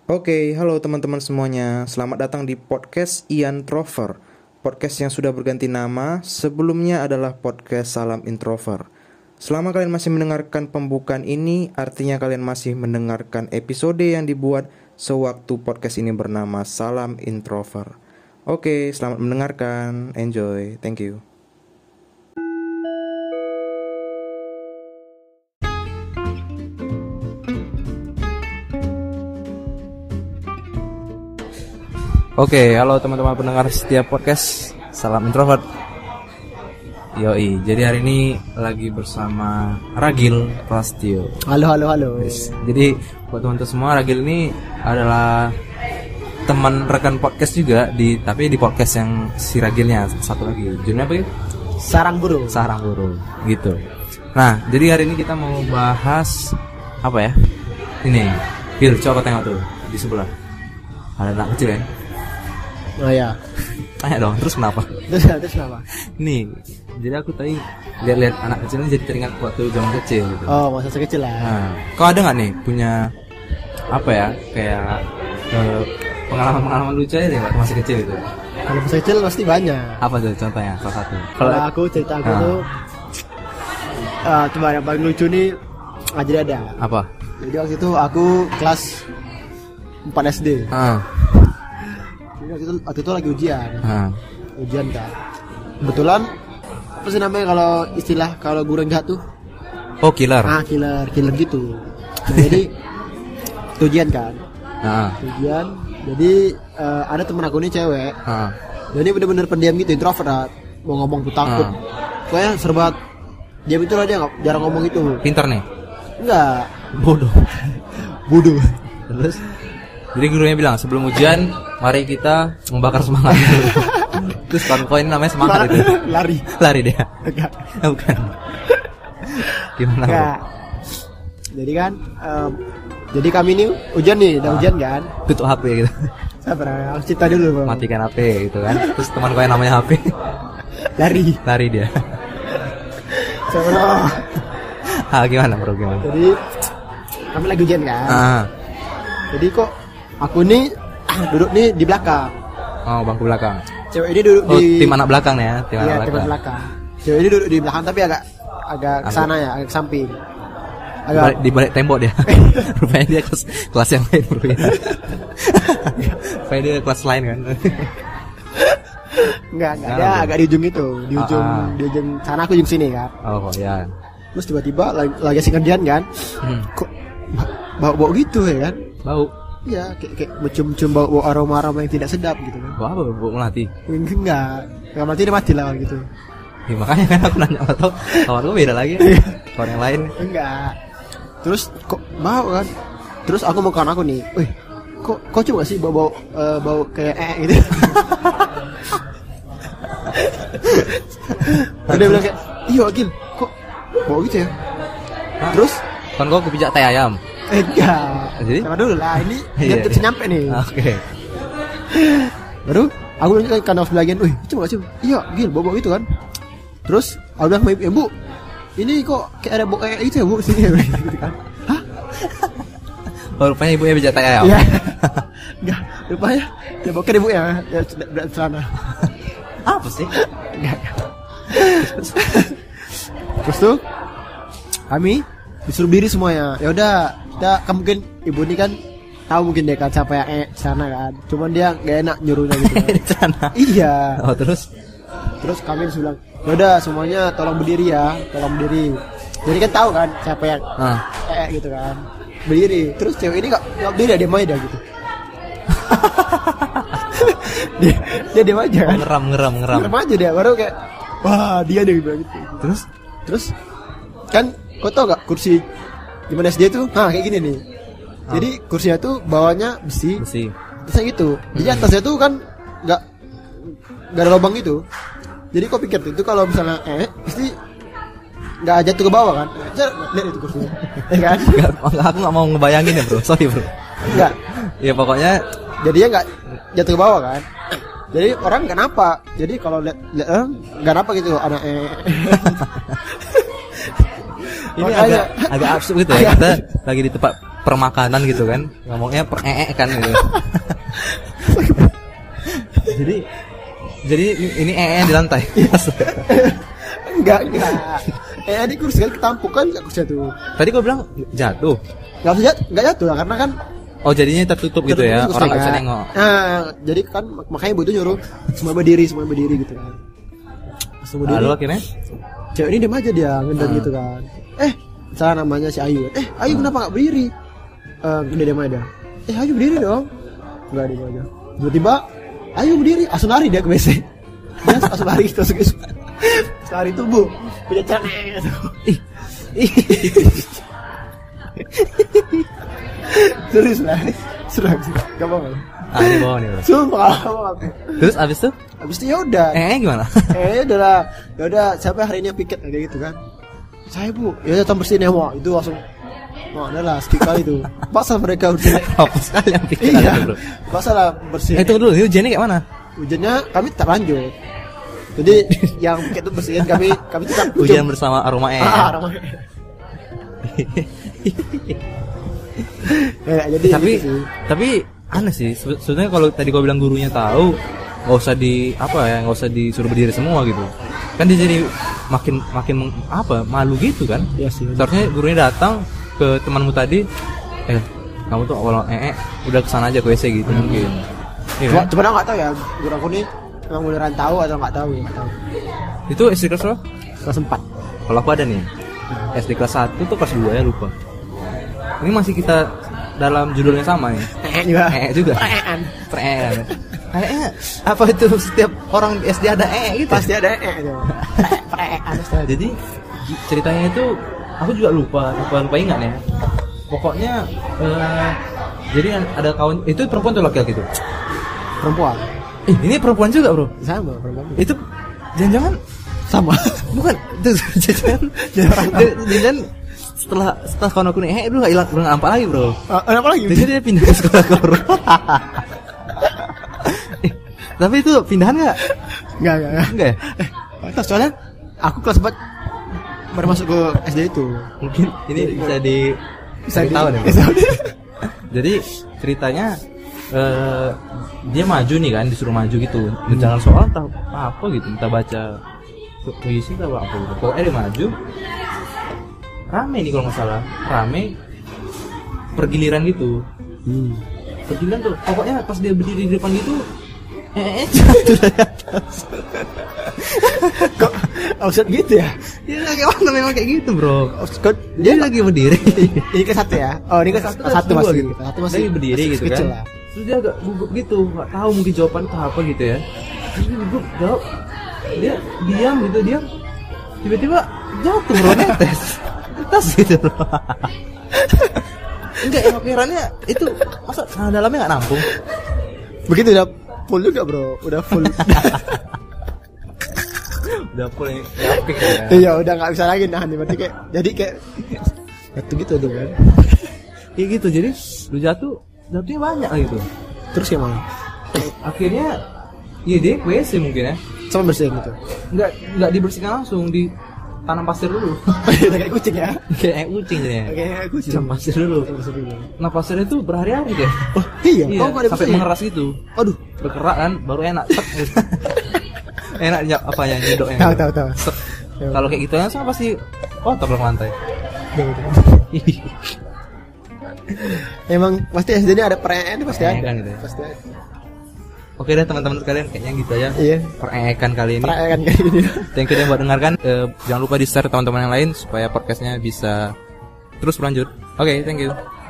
Oke, halo teman-teman semuanya. Selamat datang di podcast Ian Trover. Podcast yang sudah berganti nama, sebelumnya adalah podcast Salam Introver. Selama kalian masih mendengarkan pembukaan ini, artinya kalian masih mendengarkan episode yang dibuat sewaktu podcast ini bernama Salam Introver. Oke, selamat mendengarkan. Enjoy. Thank you. Oke, halo teman-teman pendengar setiap podcast Salam Introvert. Yoi, jadi hari ini lagi bersama Ragil Prastio. Halo. Jadi buat teman-teman semua, Ragil ini adalah teman rekan podcast juga tapi di podcast yang si Ragilnya satu lagi. Judulnya apa ya? Sarang Burung gitu. Nah, jadi hari ini kita mau bahas apa ya? Ini, Gil, coba tengok tuh di sebelah. Ada anak kecil ya? Oh ya. Tanya dong, terus kenapa? Terus kenapa? Nih, jadi aku tadi lihat anak kecil ini jadi teringat waktu zaman kecil gitu. Oh, masa kecil lah. Nah, kau ada nggak nih punya apa ya kayak pengalaman lucu aja deh waktu masih kecil itu? Kalau masa kecil pasti banyak. Apa tuh contohnya? Salah satu. Kalau aku cerita aku tuh, cuma yang paling lucu nih, jadi ada. Apa? Jadi waktu itu aku kelas 4 SD. Jadi waktu itu lagi ujian. Ujian kan. Kebetulan apa sih namanya kalau guru jahat tuh? Oh, killer. Killer gitu. Nah, jadi ujian kan. Ujian. Jadi ada temen aku nih cewek. Jadi bener-bener pendiam gitu, introvert. Mau ngomong tuh takut. Pokoknya serbat diam itu lah, dia jarang ngomong gitu. Pintar nih? Enggak. Bodoh. Terus? Jadi gurunya bilang sebelum ujian, mari kita membakar semangat dulu. Terus koin namanya semangat itu. Lari dia. Enggak. Bukan. Gimana? Enggak. Jadi kan, jadi kami ini ujian nih, udah ujian kan? Tutup HP gitu. Sabar, harus cerita dulu bro. Matikan HP gitu kan. Terus teman kau yang namanya HP lari dia. Sabar. Gimana bro, gimana? Jadi kami lagi ujian kan? Jadi kok aku nih duduk nih di belakang. Oh, bangku belakang. Cewek ini duduk di tim anak belakang ya, tim anak belakang. Cewek ini duduk di belakang tapi agak ke sana ya, agak ke samping. Di balik tembok dia. Rupanya dia kelas yang lain bro. Rupanya dia kelas lain kan. Enggak, dia agak di ujung itu, di ujung sana, aku ujung sini kan. Oh ya. Terus tiba-tiba lagi asik ngerjain kan. Kok bau gitu ya kan? Bau. Iya, kayak mencium bau aroma yang tidak sedap gitu kan. Bau apa? Bau melati? Enggak mati, dia mati lah gitu. Ya, makanya kan aku nanya, atau kawan gue beda lagi. Kawan yang lain. Enggak. Terus kok bau kan? Terus aku mau kawan aku nih, kok coba sih bau kayak gitu. Dia bilang kayak, iya Gil, kok bau gitu ya? Terus kan gue kepijak tai ayam. Enggak. Jadi? Sama dulu lah, ini jangan terus nyampe nih. Oke. Baru aku bilang kan sebagian, coba sih. Iya, Gil, bau itu kan. Terus aku bilang sama ibu, ini kok kayak ada bau kayak gitu ya bu sini gitu kan. Hah? Oh, rupanya ibunya pijak tai ayam. Iya. Enggak, rupanya ya bukan ibu ya sana. Apa sih? Enggak. Terus tuh kami disuruh diri semuanya. Ya udah, kamu mungkin ibu ini kan tahu mungkin dia kan siapa yang sana kan. Cuman dia gak enak nyuruhnya gitu kan. Di sana. Iya. Oh, terus kami disuruh bilang, ya udah semuanya tolong berdiri ya, tolong berdiri. Jadi kan tahu kan siapa yang gitu kan. Berdiri. Terus cewek ini gak berdiri, dia main gitu. dia diam aja kan. Ngeram aja dia, baru kayak wah dia bilang gitu. Terus kan kau tau gak kursi di mana SD tuh? Kayak gini nih. Jadi kursinya tuh bawahnya besi. Terus gitu. Jadi atasnya tuh kan gak ada lubang gitu. Jadi kau pikir tuh itu kalau misalnya pasti gak jatuh ke bawah kan? Lihat itu kursinya. Ya kan? Aku gak mau ngebayangin ya bro. Sorry bro. Enggak. Ya pokoknya jadinya gak jatuh ke bawah kan? Jadi orang kenapa? Jadi kalau lihat nggak apa gitu anak ini agak absurd gitu ya. Kita lagi di tempat permakanan gitu kan, ngomongnya per kan gitu. jadi ini di lantai. Enggak. Di kursi kan ketampuk kan kursi itu. Tadi kau bilang jatuh. Enggak jatuh lah karena kan jadinya tertutup gitu ya, orang nggak bisa nengok. Nah, jadi kan makanya ibu itu nyuruh semua berdiri gitu kan. Semua Lalu akhirnya cewek ini diam aja dia ngedon gitu kan. Salah namanya si Ayu. Ayu kenapa nggak berdiri? Udah diam aja. Ayu berdiri dong. Enggak diam aja. Tiba-tiba Ayu berdiri, langsung lari dia ke WC. Dia langsung lari gitu, lari tubuh. Punya celana gitu. Serius lah. Gak bohong. Ini bohong nih bro. Sumpah. Terus abis itu ya udah. Gimana? Udah. Ya udah, siapa hari ini yang piket kayak gitu kan? Saya bu, ya datang bersihin ya mau. Itu langsung. Udah lah, skip kali itu. Pasal mereka bersihin. Apa sekali yang piket bro? Pasal lah bersihin. Itu dulu, hujannya kayak mana? Hujannya kami tetap lanjut. Jadi yang piket itu bersihin kami tetap hujan bersama aroma aroma jadi tapi aneh sih sebenarnya kalau tadi kau bilang gurunya tahu nggak usah disuruh berdiri semua gitu kan dia jadi makin malu gitu kan ya sih, seharusnya gurunya datang ke temanmu tadi kamu tuh kalau udah kesana aja ke WC gitu mungkin ya, cuma nggak tahu ya guru aku nih emang beneran tahu atau nggak tahu. Itu SD kelas berapa? Kelas 4. Kalau aku ada nih SD kelas 1 tuh kelas 2 ya lupa. Ini masih kita dalam judulnya sama nih. Juga. Perean. Kayaknya apa itu setiap orang di SD ada gitu. Pasti ada perean. Jadi ceritanya itu aku juga lupa ingat ya. Pokoknya jadi ada kawan itu perempuan atau laki-laki itu? Perempuan. Ini perempuan juga bro. Sama perempuan. Itu jangan-jangan sama. Bukan. Jangan setelah kawan aku nih udah nggak hilang, udah nggak nampak lagi bro. Nampak lagi? Jadi dia pindah ke sekolah baru. Tapi itu pindahan nggak? Nggak ya? Soalnya aku kelas 4 baru masuk ke SD itu. Mungkin ini bisa tahu nih. Jadi ceritanya dia maju nih kan, disuruh maju gitu. Jangan soal entah apa gitu, kita baca puisi atau apa gitu. Pokoknya dia maju. Rame nih kalau nggak salah, pergiliran gitu. Pergiliran tuh, pokoknya pas dia berdiri di depan gitu, jatuh dari atas. Kok offset gitu ya? Ya kayak mana memang kayak gitu bro. Dia lagi berdiri. Ini ke satu ya? Oh ini ke satu masih. Gitu. Satu masih berdiri gitu kan. Lah. Terus dia agak gugup gitu, nggak tahu mungkin jawaban itu apa gitu ya. Terus dia gugup jawab, dia diam gitu, tiba-tiba jatuh bro, netes gitu bro. Enggak, yang pikirannya itu masa dalamnya nggak nampung. Begitu udah full juga bro, udah full. Udah full yapik ya. Iya udah nggak bisa lagi nahan, berarti jadi kayak jatuh gitu tuh kan. Kayak gitu, jadi lu jatuhnya banyak gitu. Terus gimana? Akhirnya iya dia WC mungkin ya. Sama bersihin gitu. Enggak dibersihkan langsung, ditanam pasir dulu. Kayak kucing ya. Kayak kucing ya. Kayak kucing. Tanam pasir dulu. Nah, pasirnya itu berhari-hari deh. Oh, iya. Sampai mengeras gitu. Aduh, berkerak kan baru enak. Enak apanya nyedoknya. Tahu. Kalau kayak gitu langsung pasti kotor ke lantai. Emang pasti SD ini ada perayaan pasti ada. Kan gitu ya. Pasti ada. Oke deh teman-teman sekalian, kayaknya gitu aja. Iya. Perayaan kali ini. Thank you buat dengarkan. Jangan lupa di share teman-teman yang lain supaya podcastnya bisa terus berlanjut. Oke, thank you.